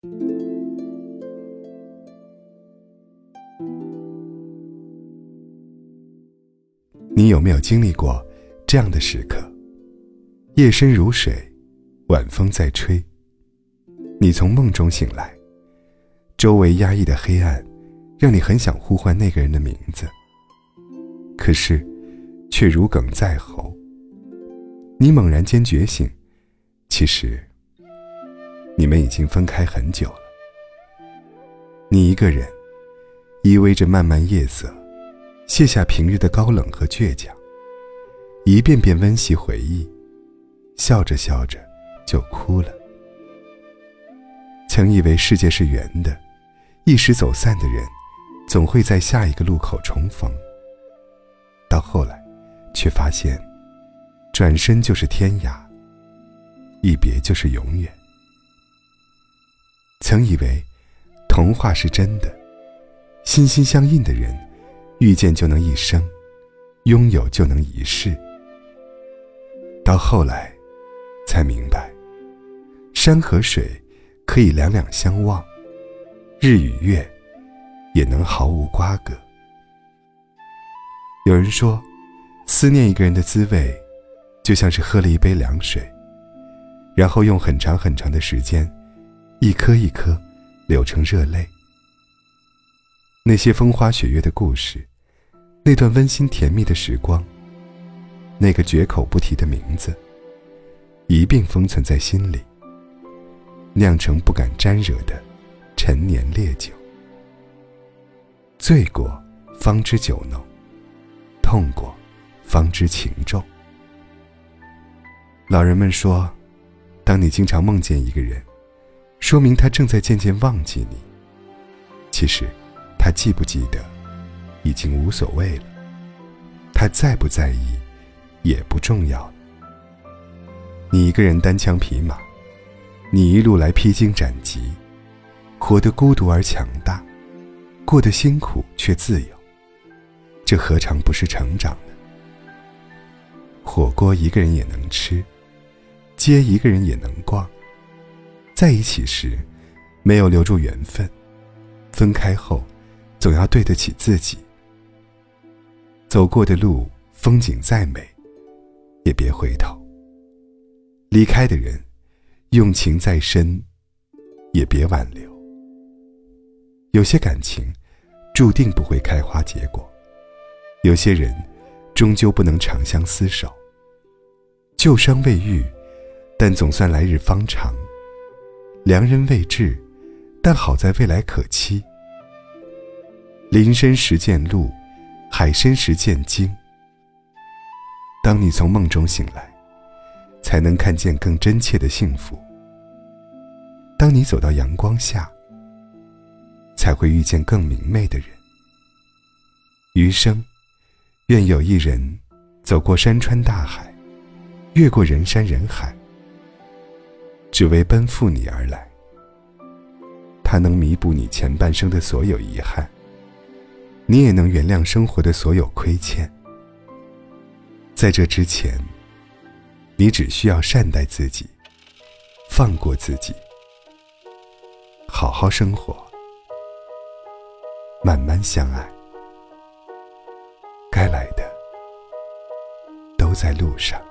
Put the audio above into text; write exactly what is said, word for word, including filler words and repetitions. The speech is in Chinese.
你有没有经历过这样的时刻？夜深如水，晚风在吹，你从梦中醒来，周围压抑的黑暗让你很想呼唤那个人的名字，可是却如鲠在喉。你猛然间觉醒，其实你们已经分开很久了。你一个人依偎着漫漫夜色，卸下平日的高冷和倔强，一遍遍温习回忆，笑着笑着就哭了。曾以为世界是圆的，一时走散的人总会在下一个路口重逢，到后来却发现转身就是天涯，一别就是永远。曾以为童话是真的，心心相印的人遇见就能一生，拥有就能一世，到后来才明白，山和水可以两两相望，日与月也能毫无瓜葛。有人说，思念一个人的滋味就像是喝了一杯凉水，然后用很长很长的时间一颗一颗流成热泪。那些风花雪月的故事，那段温馨甜蜜的时光，那个绝口不提的名字，一并封存在心里，酿成不敢沾惹的陈年烈酒。醉过方知酒浓，痛过方知情重。老人们说，当你经常梦见一个人，说明他正在渐渐忘记你。其实他记不记得已经无所谓了，他在不在意也不重要了。你一个人单枪匹马，你一路来披荆斩棘，活得孤独而强大，过得辛苦却自由，这何尝不是成长呢？火锅一个人也能吃，街一个人也能逛，在一起时没有留住缘分，分开后总要对得起自己。走过的路风景再美，也别回头。离开的人用情再深，也别挽留。有些感情注定不会开花结果，有些人终究不能长相厮守。旧伤未愈，但总算来日方长；良人未至，但好在未来可期。林深时见鹿，海深时见鲸。当你从梦中醒来，才能看见更真切的幸福。当你走到阳光下，才会遇见更明媚的人。余生，愿有一人走过山川大海，越过人山人海，只为奔赴你而来。他能弥补你前半生的所有遗憾，你也能原谅生活的所有亏欠。在这之前，你只需要善待自己，放过自己，好好生活，慢慢相爱。该来的都在路上。